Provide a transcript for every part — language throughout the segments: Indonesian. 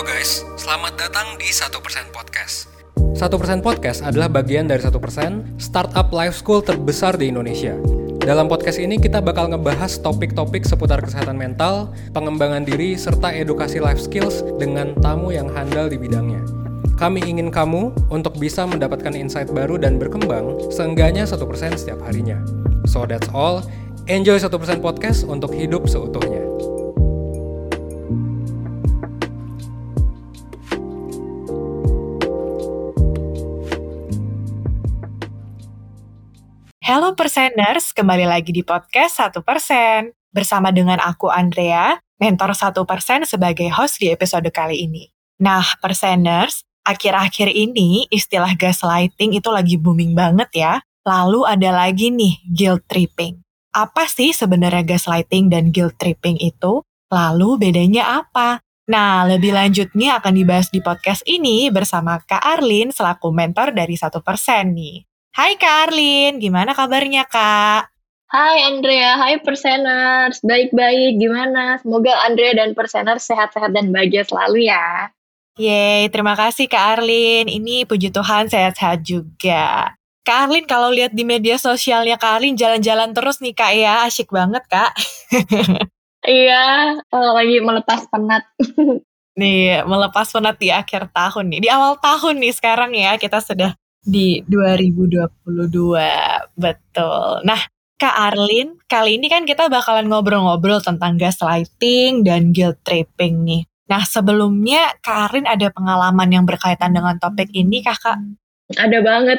guys, selamat datang di 1% Podcast. 1% Podcast adalah bagian dari 1% startup life school terbesar di Indonesia. Dalam podcast ini kita bakal ngebahas topik-topik seputar kesehatan mental, pengembangan diri, serta edukasi life skills dengan tamu yang handal di bidangnya. Kami ingin kamu untuk bisa mendapatkan insight baru dan berkembang seenggaknya 1% setiap harinya. So that's all, enjoy 1% Podcast untuk hidup seutuhnya. Halo Perseners, kembali lagi di podcast 1%. Bersama dengan aku Andrea, mentor 1% sebagai host di episode kali ini. Nah, Perseners, akhir-akhir ini istilah gaslighting itu lagi booming banget ya. Lalu ada lagi nih, guilt tripping. Apa sih sebenarnya gaslighting dan guilt tripping itu? Lalu bedanya apa? Nah, lebih lanjutnya akan dibahas di podcast ini bersama Kak Arlin selaku mentor dari 1% nih. Hai Kak Arlin, gimana kabarnya Kak? Hai Andrea, hai Perseners, baik-baik, gimana? Semoga Andrea dan Perseners sehat-sehat dan bahagia selalu ya. Yeay, terima kasih Kak Arlin, ini puji Tuhan sehat-sehat juga. Kak Arlin, kalau lihat di media sosialnya Kak Arlin jalan-jalan terus nih Kak ya, asyik banget Kak. Iya, lagi melepas penat. Nih, melepas penat di akhir tahun nih, di awal tahun nih sekarang ya, kita sudah di 2022, betul. Nah, Kak Arlin, kali ini kan kita bakalan ngobrol-ngobrol tentang gaslighting dan guilt tripping nih. Nah, sebelumnya Kak Arlin ada pengalaman yang berkaitan dengan topik ini, Kakak? Ada banget.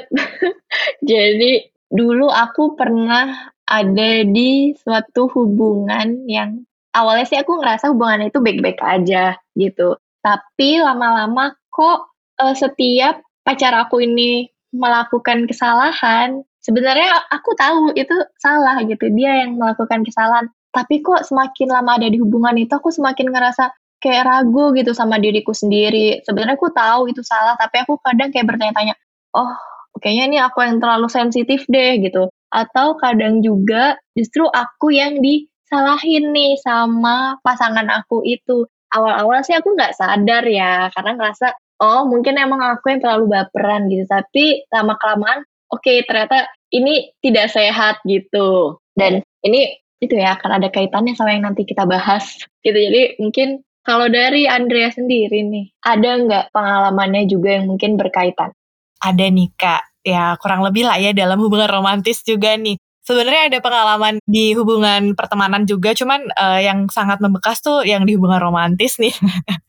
Jadi, dulu aku pernah ada di suatu hubungan yang awalnya sih aku ngerasa hubungan itu baik-baik aja gitu. Tapi lama-lama kok setiap pacar aku ini melakukan kesalahan, sebenarnya aku tahu itu salah gitu, dia yang melakukan kesalahan, tapi kok semakin lama ada di hubungan itu aku semakin ngerasa kayak ragu gitu sama diriku sendiri. Sebenarnya aku tahu itu salah, tapi aku kadang kayak bertanya-tanya, oh kayaknya ini aku yang terlalu sensitif deh gitu, atau kadang juga justru aku yang disalahin nih sama pasangan aku itu. Awal-awal sih aku nggak sadar ya, karena ngerasa oh mungkin emang aku yang terlalu baperan gitu, tapi lama-kelamaan oke, ternyata ini tidak sehat gitu. Dan ini itu ya, akan ada kaitannya sama yang nanti kita bahas gitu. Jadi mungkin kalau dari Andrea sendiri nih, ada nggak pengalamannya juga yang mungkin berkaitan? Ada nih Kak, ya kurang lebih lah ya dalam hubungan romantis juga nih. Sebenarnya ada pengalaman di hubungan pertemanan juga, cuman yang sangat membekas tuh yang di hubungan romantis nih.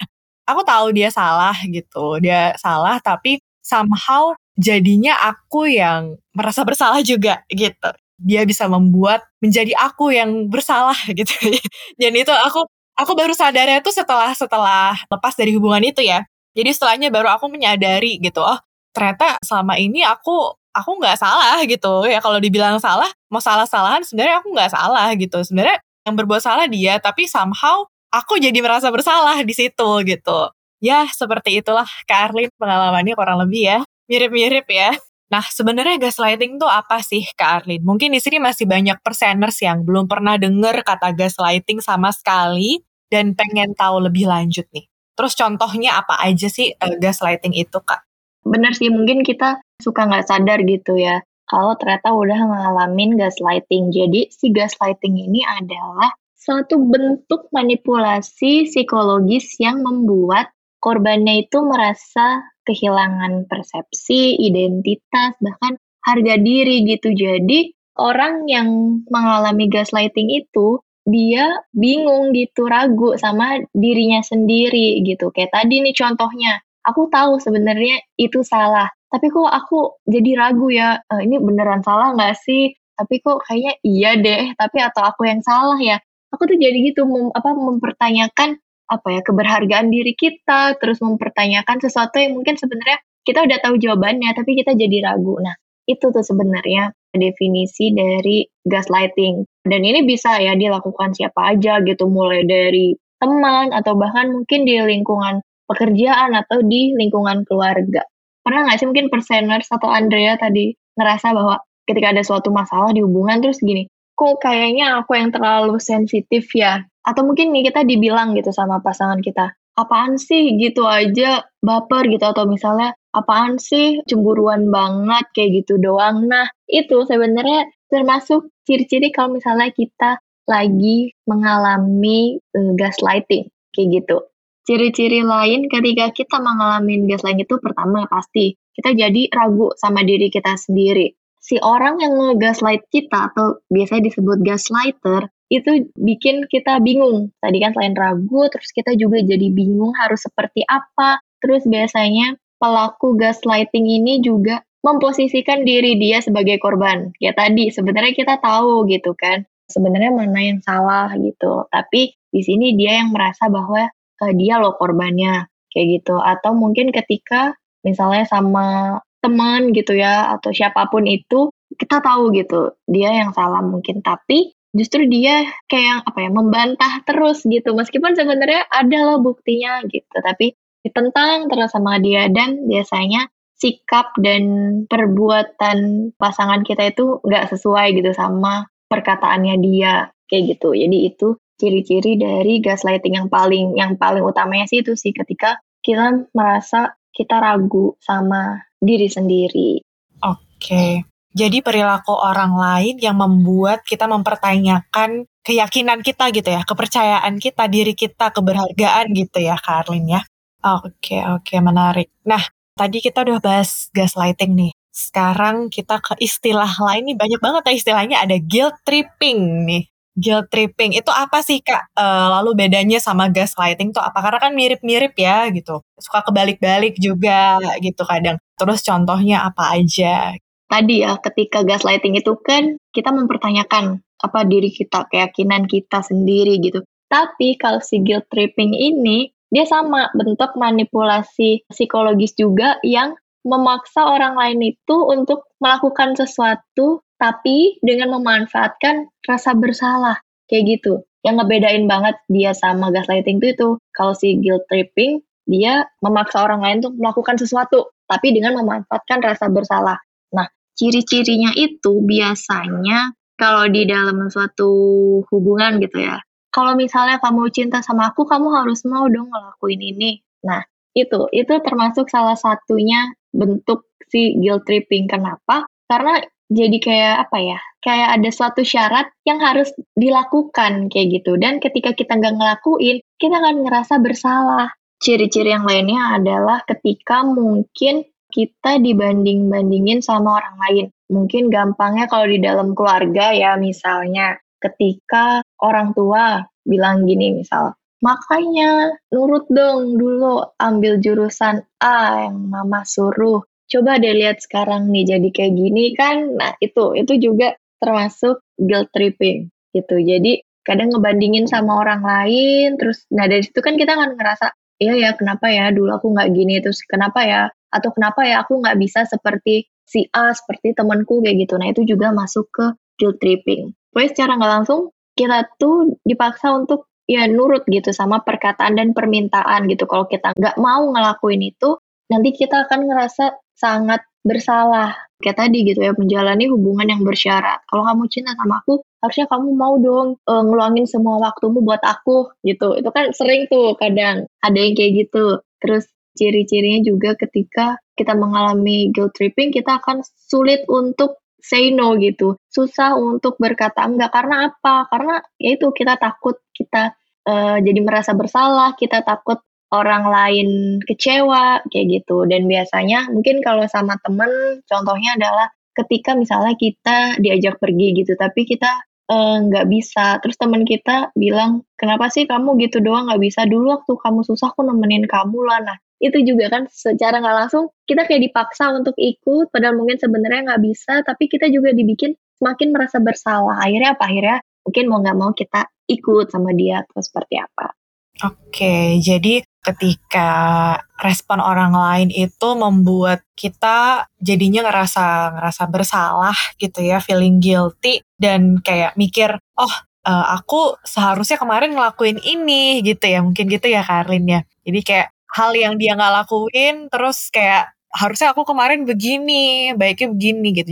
Aku tahu dia salah gitu, dia salah tapi somehow jadinya aku yang merasa bersalah juga gitu. Dia bisa membuat menjadi aku yang bersalah gitu. Dan itu aku baru sadarnya tuh setelah lepas dari hubungan itu ya. Jadi setelahnya baru aku menyadari gitu, oh ternyata selama ini aku nggak salah gitu ya. Kalau dibilang salah, mau salah-salahan sebenarnya aku nggak salah gitu. Sebenarnya yang berbuat salah dia, tapi somehow aku jadi merasa bersalah di situ gitu. Ya, seperti itulah Kak Arlin pengalamannya kurang lebih ya. Mirip-mirip ya. Nah, sebenarnya gaslighting itu apa sih Kak Arlin? Mungkin di sini masih banyak perseners yang belum pernah dengar kata gaslighting sama sekali dan pengen tahu lebih lanjut nih. Terus contohnya apa aja sih gaslighting itu Kak? Bener sih, mungkin kita suka nggak sadar gitu ya, kalau ternyata udah ngalamin gaslighting. Jadi si gaslighting ini adalah suatu bentuk manipulasi psikologis yang membuat korbannya itu merasa kehilangan persepsi, identitas, bahkan harga diri gitu. Jadi orang yang mengalami gaslighting itu dia bingung gitu, ragu sama dirinya sendiri gitu. Kayak tadi nih contohnya, aku tahu sebenarnya itu salah, tapi kok aku jadi ragu ya, ini beneran salah nggak sih? Tapi kok kayaknya iya deh, tapi atau aku yang salah ya? Aku tuh jadi gitu mempertanyakan keberhargaan diri kita, terus mempertanyakan sesuatu yang mungkin sebenarnya kita udah tahu jawabannya, tapi kita jadi ragu. Nah, itu tuh sebenarnya definisi dari gaslighting. Dan ini bisa ya dilakukan siapa aja gitu, mulai dari teman atau bahkan mungkin di lingkungan pekerjaan atau di lingkungan keluarga. Pernah nggak sih mungkin Perseners atau Andrea tadi ngerasa bahwa ketika ada suatu masalah di hubungan terus gini, kok kayaknya aku yang terlalu sensitif ya? Atau mungkin nih kita dibilang gitu sama pasangan kita, apaan sih gitu aja baper gitu, atau misalnya apaan sih cemburuan banget kayak gitu doang. Nah, itu sebenarnya termasuk ciri-ciri kalau misalnya kita lagi mengalami gaslighting kayak gitu. Ciri-ciri lain ketika kita mengalami gaslighting itu pertama pasti kita jadi ragu sama diri kita sendiri. Si orang yang nge-gaslight kita atau biasanya disebut gaslighter itu bikin kita bingung. Tadi kan selain ragu, terus kita juga jadi bingung harus seperti apa. Terus biasanya pelaku gaslighting ini juga memposisikan diri dia sebagai korban. Ya tadi sebenarnya kita tahu gitu kan, sebenarnya mana yang salah gitu. Tapi di sini dia yang merasa bahwa dia loh korbannya kayak gitu. Atau mungkin ketika misalnya sama teman gitu ya atau siapapun itu kita tahu gitu dia yang salah mungkin, tapi justru dia kayak apa ya, membantah terus gitu meskipun sebenarnya ada loh buktinya gitu, tapi ditentang terus sama dia. Dan biasanya sikap dan perbuatan pasangan kita itu nggak sesuai gitu sama perkataannya dia kayak gitu. Jadi itu ciri-ciri dari gaslighting yang paling utamanya sih itu sih ketika kita merasa kita ragu sama diri sendiri. Oke. Jadi perilaku orang lain yang membuat kita mempertanyakan keyakinan kita gitu ya, kepercayaan kita, diri kita, keberhargaan gitu ya, Kak Arlin ya. Oke, menarik. Nah, tadi kita udah bahas gaslighting nih. Sekarang kita ke istilah lain nih, banyak banget ya istilahnya, ada guilt tripping nih. Guilt tripping itu apa sih Kak? Lalu bedanya sama gaslighting tuh apa? Karena kan mirip-mirip ya gitu. Suka kebalik-balik juga gitu kadang. Terus contohnya apa aja? Tadi ya, ketika gaslighting itu kan kita mempertanyakan apa diri kita, keyakinan kita sendiri gitu. Tapi kalau si guilt tripping ini, dia sama bentuk manipulasi psikologis juga yang memaksa orang lain itu untuk melakukan sesuatu tapi dengan memanfaatkan rasa bersalah kayak gitu. Yang ngebedain banget dia sama gaslighting itu kalau si guilt tripping dia memaksa orang lain untuk melakukan sesuatu tapi dengan memanfaatkan rasa bersalah. Nah, ciri-cirinya itu biasanya kalau di dalam suatu hubungan gitu ya. Kalau misalnya kamu cinta sama aku, kamu harus mau dong ngelakuin ini. Nah, itu termasuk salah satunya bentuk si guilt tripping. Kenapa? Karena jadi kayak apa ya? Kayak ada suatu syarat yang harus dilakukan kayak gitu. Dan ketika kita nggak ngelakuin, kita akan ngerasa bersalah. Ciri-ciri yang lainnya adalah ketika mungkin kita dibanding-bandingin sama orang lain. Mungkin gampangnya kalau di dalam keluarga ya, misalnya ketika orang tua bilang gini misal, makanya nurut dong dulu ambil jurusan A yang mama suruh. Coba deh lihat sekarang nih jadi kayak gini kan. Nah itu juga termasuk guilt tripping gitu. Jadi kadang ngebandingin sama orang lain, terus nah dari situ kan kita akan ngerasa, iya ya kenapa ya dulu aku nggak gini, terus kenapa ya, atau kenapa ya aku nggak bisa seperti si A, seperti temanku kayak gitu. Nah itu juga masuk ke guilt tripping. Pokoknya secara nggak langsung kita tuh dipaksa untuk ya nurut gitu sama perkataan dan permintaan gitu. Kalau kita nggak mau ngelakuin itu, nanti kita akan ngerasa sangat bersalah. Kayak tadi gitu ya, menjalani hubungan yang bersyarat. Kalau kamu cinta sama aku, harusnya kamu mau dong ngeluangin semua waktumu buat aku gitu. Itu kan sering tuh kadang ada yang kayak gitu. Terus ciri-cirinya juga ketika kita mengalami guilt tripping, kita akan sulit untuk say no gitu. Susah untuk berkata enggak. Karena apa? Karena ya itu kita takut kita jadi merasa bersalah, kita takut orang lain kecewa kayak gitu. Dan biasanya mungkin kalau sama temen, contohnya adalah ketika misalnya kita diajak pergi gitu, tapi kita nggak bisa. Terus teman kita bilang, kenapa sih kamu gitu doang nggak bisa? Dulu waktu kamu susah aku nemenin kamu lah. Nah itu juga kan secara nggak langsung kita kayak dipaksa untuk ikut, padahal mungkin sebenarnya nggak bisa, tapi kita juga dibikin semakin merasa bersalah. Akhirnya apa? Akhirnya mungkin mau nggak mau kita ikut sama dia atau seperti apa. Oke, jadi ketika respon orang lain itu membuat kita jadinya ngerasa bersalah gitu ya, feeling guilty, dan kayak mikir, aku seharusnya kemarin ngelakuin ini gitu ya, mungkin gitu ya Karlin ya. Jadi kayak hal yang dia nggak lakuin, terus kayak harusnya aku kemarin begini, baiknya begini gitu. Jadi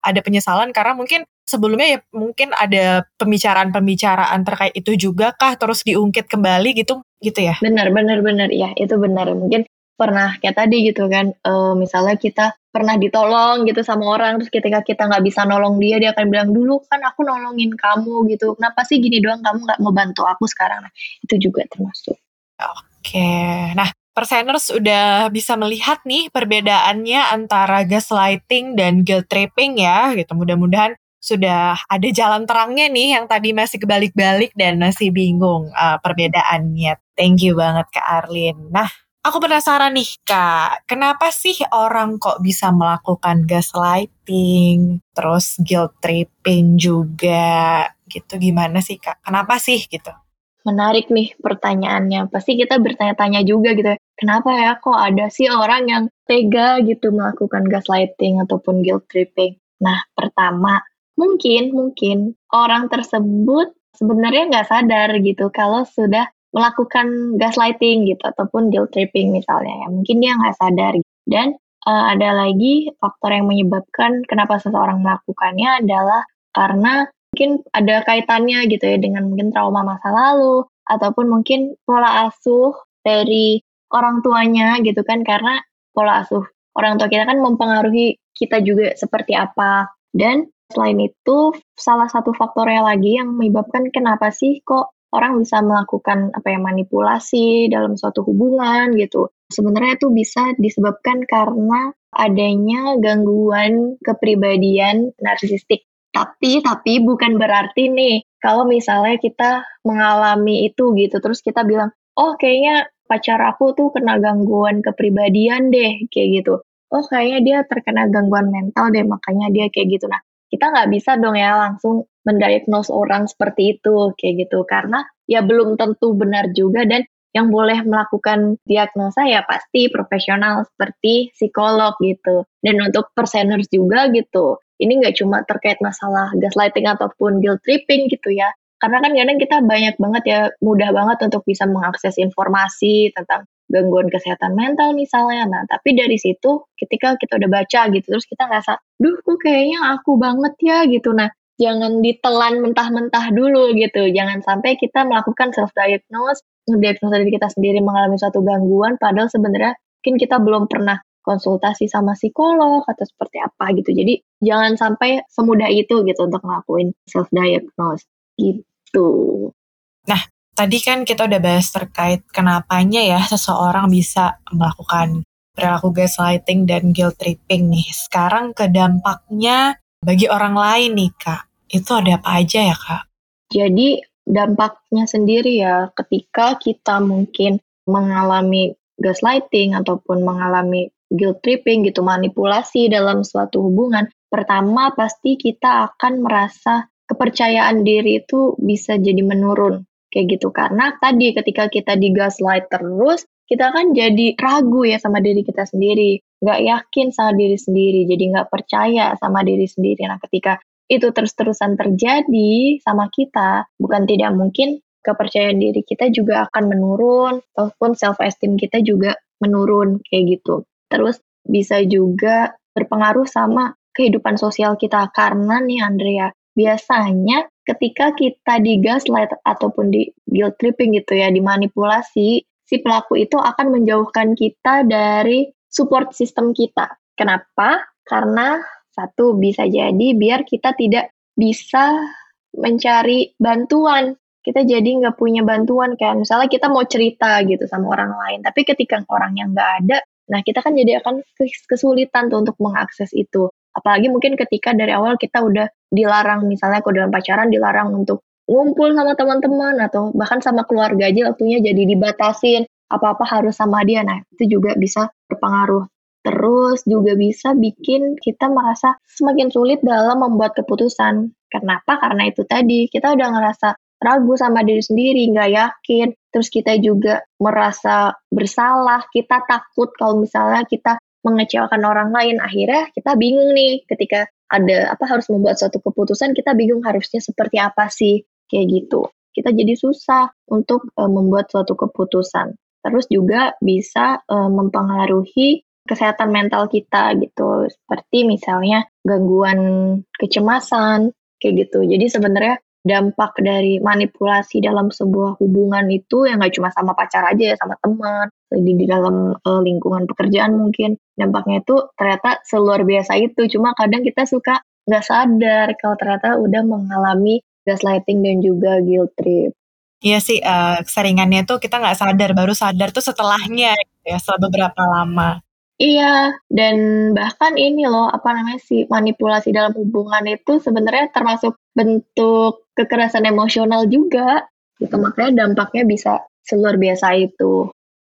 ada penyesalan karena mungkin sebelumnya ya mungkin ada pembicaraan terkait itu juga kah, terus diungkit kembali gitu ya? Benar, ya itu benar. Mungkin pernah kayak tadi gitu kan, misalnya kita pernah ditolong gitu sama orang, terus ketika kita nggak bisa nolong dia akan bilang, dulu kan aku nolongin kamu gitu, kenapa sih gini doang kamu nggak mau bantu aku sekarang? Nah, itu juga termasuk. Oke, nah Perseners udah bisa melihat nih perbedaannya antara gaslighting dan guilt tripping ya gitu. Mudah-mudahan sudah ada jalan terangnya nih yang tadi masih kebalik-balik dan masih bingung perbedaannya. Thank you banget Kak Arlin. Nah, aku penasaran nih Kak, kenapa sih orang kok bisa melakukan gaslighting, terus guilt tripping juga gitu, gimana sih Kak? Kenapa sih gitu? Menarik nih pertanyaannya. Pasti kita bertanya-tanya juga gitu ya. Kenapa ya kok ada sih orang yang tega gitu melakukan gaslighting ataupun guilt tripping? Nah, pertama, mungkin orang tersebut sebenarnya nggak sadar gitu kalau sudah melakukan gaslighting gitu ataupun guilt tripping misalnya ya. Mungkin dia nggak sadar. Dan ada lagi faktor yang menyebabkan kenapa seseorang melakukannya adalah karena mungkin ada kaitannya gitu ya dengan mungkin trauma masa lalu ataupun mungkin pola asuh dari orang tuanya gitu kan, karena pola asuh orang tua kita kan mempengaruhi kita juga seperti apa. Dan selain itu salah satu faktornya lagi yang menyebabkan kenapa sih kok orang bisa melakukan manipulasi dalam suatu hubungan gitu. Sebenarnya itu bisa disebabkan karena adanya gangguan kepribadian narsisistik. Tapi bukan berarti nih, kalau misalnya kita mengalami itu gitu, terus kita bilang, oh kayaknya pacar aku tuh kena gangguan kepribadian deh, kayak gitu. Oh kayaknya dia terkena gangguan mental deh, makanya dia kayak gitu. Nah, kita nggak bisa dong ya langsung mendiagnose orang seperti itu, kayak gitu. Karena ya belum tentu benar juga, dan yang boleh melakukan diagnosa ya pasti profesional seperti psikolog gitu. Dan untuk perseners juga gitu, ini nggak cuma terkait masalah gaslighting ataupun guilt tripping gitu ya. Karena kan kadang kita banyak banget ya, mudah banget untuk bisa mengakses informasi tentang gangguan kesehatan mental misalnya. Nah, tapi dari situ ketika kita udah baca gitu, terus kita ngerasa, duh kok kayaknya aku banget ya gitu. Nah, jangan ditelan mentah-mentah dulu gitu. Jangan sampai kita melakukan self-diagnose, mendiagnosa diri kita sendiri mengalami suatu gangguan, padahal sebenarnya mungkin kita belum pernah konsultasi sama psikolog atau seperti apa gitu. Jadi jangan sampai semudah itu gitu untuk ngelakuin self-diagnose gitu. Nah, tadi kan kita udah bahas terkait kenapanya ya seseorang bisa melakukan perilaku gaslighting dan guilt tripping nih. Sekarang ke dampaknya bagi orang lain nih Kak. Itu ada apa aja ya Kak? Jadi dampaknya sendiri ya ketika kita mungkin mengalami gaslighting ataupun mengalami guilt tripping gitu, manipulasi dalam suatu hubungan. Pertama pasti kita akan merasa kepercayaan diri itu bisa jadi menurun kayak gitu, karena tadi ketika kita digaslight terus kita kan jadi ragu ya sama diri kita sendiri, nggak yakin sama diri sendiri, jadi nggak percaya sama diri sendiri. Nah ketika itu terus-terusan terjadi sama kita, bukan tidak mungkin kepercayaan diri kita juga akan menurun ataupun self esteem kita juga menurun kayak gitu. Terus bisa juga berpengaruh sama kehidupan sosial kita, karena nih Andrea, biasanya ketika kita digaslight ataupun di guilt tripping gitu ya, dimanipulasi, si pelaku itu akan menjauhkan kita dari support system kita. Kenapa? Karena satu, bisa jadi biar kita tidak bisa mencari bantuan. Kita jadi nggak punya bantuan, kayak misalnya kita mau cerita gitu sama orang lain, tapi ketika orangnya nggak ada, nah kita kan jadi akan kesulitan tuh untuk mengakses itu. Apalagi mungkin ketika dari awal kita udah dilarang, misalnya kalau dalam pacaran dilarang untuk ngumpul sama teman-teman atau bahkan sama keluarga aja waktunya jadi dibatasin, apa-apa harus sama dia. Nah, itu juga bisa berpengaruh. Terus juga bisa bikin kita merasa semakin sulit dalam membuat keputusan. Kenapa? Karena itu tadi, kita udah ngerasa ragu sama diri sendiri, nggak yakin. Terus kita juga merasa bersalah, kita takut kalau misalnya kita mengecewakan orang lain. Akhirnya kita bingung nih ketika ada harus membuat suatu keputusan, kita bingung harusnya seperti apa sih, kayak gitu. Kita jadi susah untuk membuat suatu keputusan. Terus juga bisa mempengaruhi kesehatan mental kita gitu. gitu. Seperti misalnya gangguan kecemasan, kayak gitu. Jadi sebenarnya dampak dari manipulasi dalam sebuah hubungan itu yang nggak cuma sama pacar aja ya, sama teman, di dalam lingkungan pekerjaan mungkin. Dampaknya itu ternyata seluar biasa itu. Cuma kadang kita suka nggak sadar kalau ternyata udah mengalami gaslighting dan juga guilt trip. Iya sih, keseringannya tuh kita nggak sadar, baru sadar tuh setelahnya gitu ya, setelah beberapa lama. Iya, dan bahkan ini loh, si manipulasi dalam hubungan itu sebenarnya termasuk bentuk kekerasan emosional juga, gitu. Makanya dampaknya bisa seluar biasa itu.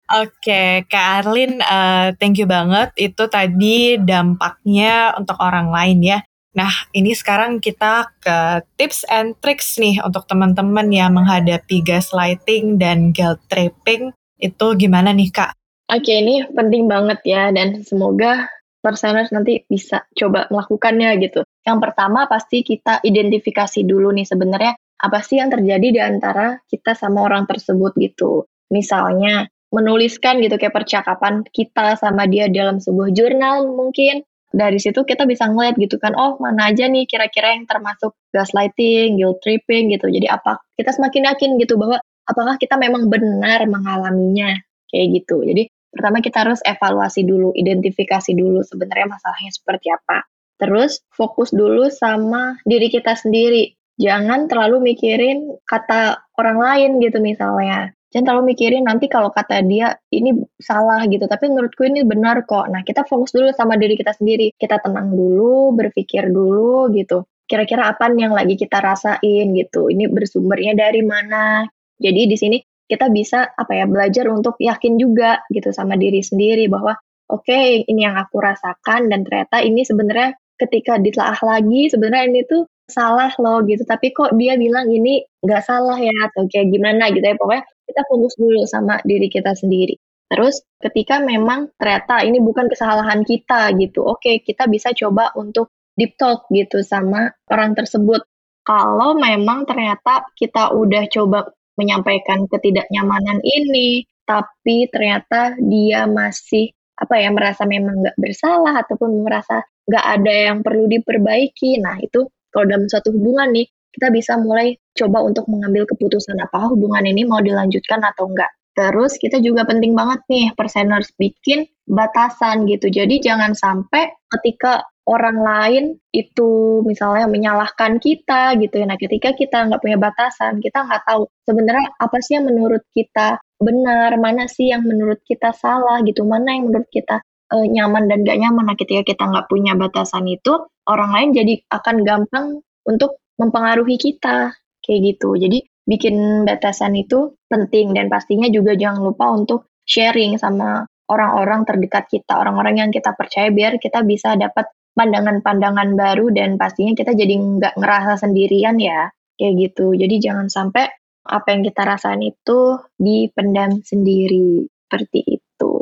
Oke, Kak Arlin, thank you banget. Itu tadi dampaknya untuk orang lain ya. Nah, ini sekarang kita ke tips and tricks nih untuk teman-teman yang menghadapi gaslighting dan guilt tripping. Itu gimana nih, Kak? Oke, ini penting banget ya, dan semoga perseners nanti bisa coba melakukannya gitu. Yang pertama pasti kita identifikasi dulu nih sebenarnya apa sih yang terjadi di antara kita sama orang tersebut gitu. Misalnya menuliskan gitu kayak percakapan kita sama dia dalam sebuah jurnal mungkin. Dari situ kita bisa ngeliat gitu kan, oh mana aja nih kira-kira yang termasuk gaslighting, guilt tripping gitu. Jadi apa kita semakin yakin gitu bahwa apakah kita memang benar mengalaminya kayak gitu. Jadi pertama kita harus evaluasi dulu, identifikasi dulu sebenarnya masalahnya seperti apa. Terus fokus dulu sama diri kita sendiri. Jangan terlalu mikirin kata orang lain gitu misalnya. Jangan terlalu mikirin nanti kalau kata dia ini salah gitu, tapi menurutku ini benar kok. Nah, kita fokus dulu sama diri kita sendiri. Kita tenang dulu, berpikir dulu gitu. Kira-kira apa yang lagi kita rasain gitu. Ini bersumbernya dari mana. Jadi di sini kita bisa belajar untuk yakin juga gitu sama diri sendiri bahwa oke, ini yang aku rasakan dan ternyata ini sebenarnya ketika ditelaah lagi sebenarnya ini tuh salah loh gitu, tapi kok dia bilang ini nggak salah ya atau kayak gimana gitu ya, pokoknya kita fokus dulu sama diri kita sendiri. Terus ketika memang ternyata ini bukan kesalahan kita gitu, oke kita bisa coba untuk deep talk gitu sama orang tersebut. Kalau memang ternyata kita udah coba menyampaikan ketidaknyamanan ini, tapi ternyata dia masih merasa memang nggak bersalah ataupun merasa nggak ada yang perlu diperbaiki. Nah itu kalau dalam suatu hubungan nih, kita bisa mulai coba untuk mengambil keputusan apakah hubungan ini mau dilanjutkan atau enggak. Terus kita juga penting banget nih perseners bikin batasan gitu. Jadi jangan sampai ketika orang lain itu misalnya menyalahkan kita gitu ya. Nah ketika kita nggak punya batasan, kita nggak tahu sebenarnya apa sih yang menurut kita benar, mana sih yang menurut kita salah gitu, mana yang menurut kita nyaman dan gak nyaman. Nah ketika kita nggak punya batasan itu, orang lain jadi akan gampang untuk mempengaruhi kita kayak gitu. Jadi bikin batasan itu penting dan pastinya juga jangan lupa untuk sharing sama orang-orang terdekat kita, orang-orang yang kita percaya biar kita bisa dapat pandangan-pandangan baru dan pastinya kita jadi nggak ngerasa sendirian ya kayak gitu. Jadi jangan sampai apa yang kita rasain itu dipendam sendiri seperti itu.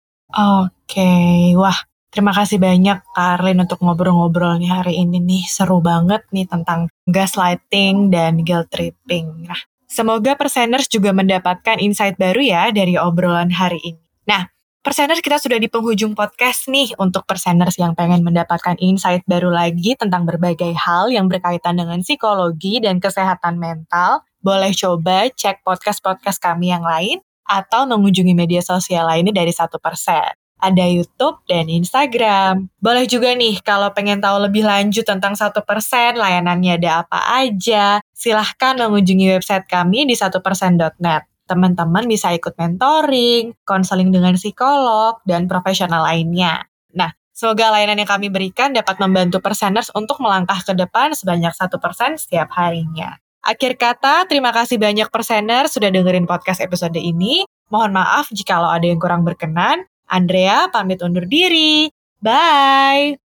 Oke, wah terima kasih banyak Kak Arlin untuk ngobrol-ngobrolnya hari ini nih. Seru banget nih tentang gaslighting dan guilt tripping. Nah, semoga perseners juga mendapatkan insight baru ya dari obrolan hari ini. Nah, perseners kita sudah di penghujung podcast nih. Untuk perseners yang pengen mendapatkan insight baru lagi tentang berbagai hal yang berkaitan dengan psikologi dan kesehatan mental, boleh coba cek podcast-podcast kami yang lain atau mengunjungi media sosial lainnya dari 1%. Ada YouTube dan Instagram. Boleh juga nih kalau pengen tahu lebih lanjut tentang 1%, layanannya ada apa aja, silahkan mengunjungi website kami di 1%.net. Teman-teman bisa ikut mentoring, konseling dengan psikolog, dan profesional lainnya. Nah, semoga layanan yang kami berikan dapat membantu perseners untuk melangkah ke depan sebanyak 1% setiap harinya. Akhir kata, terima kasih banyak persener sudah dengerin podcast episode ini. Mohon maaf jika ada yang kurang berkenan. Andrea pamit undur diri. Bye!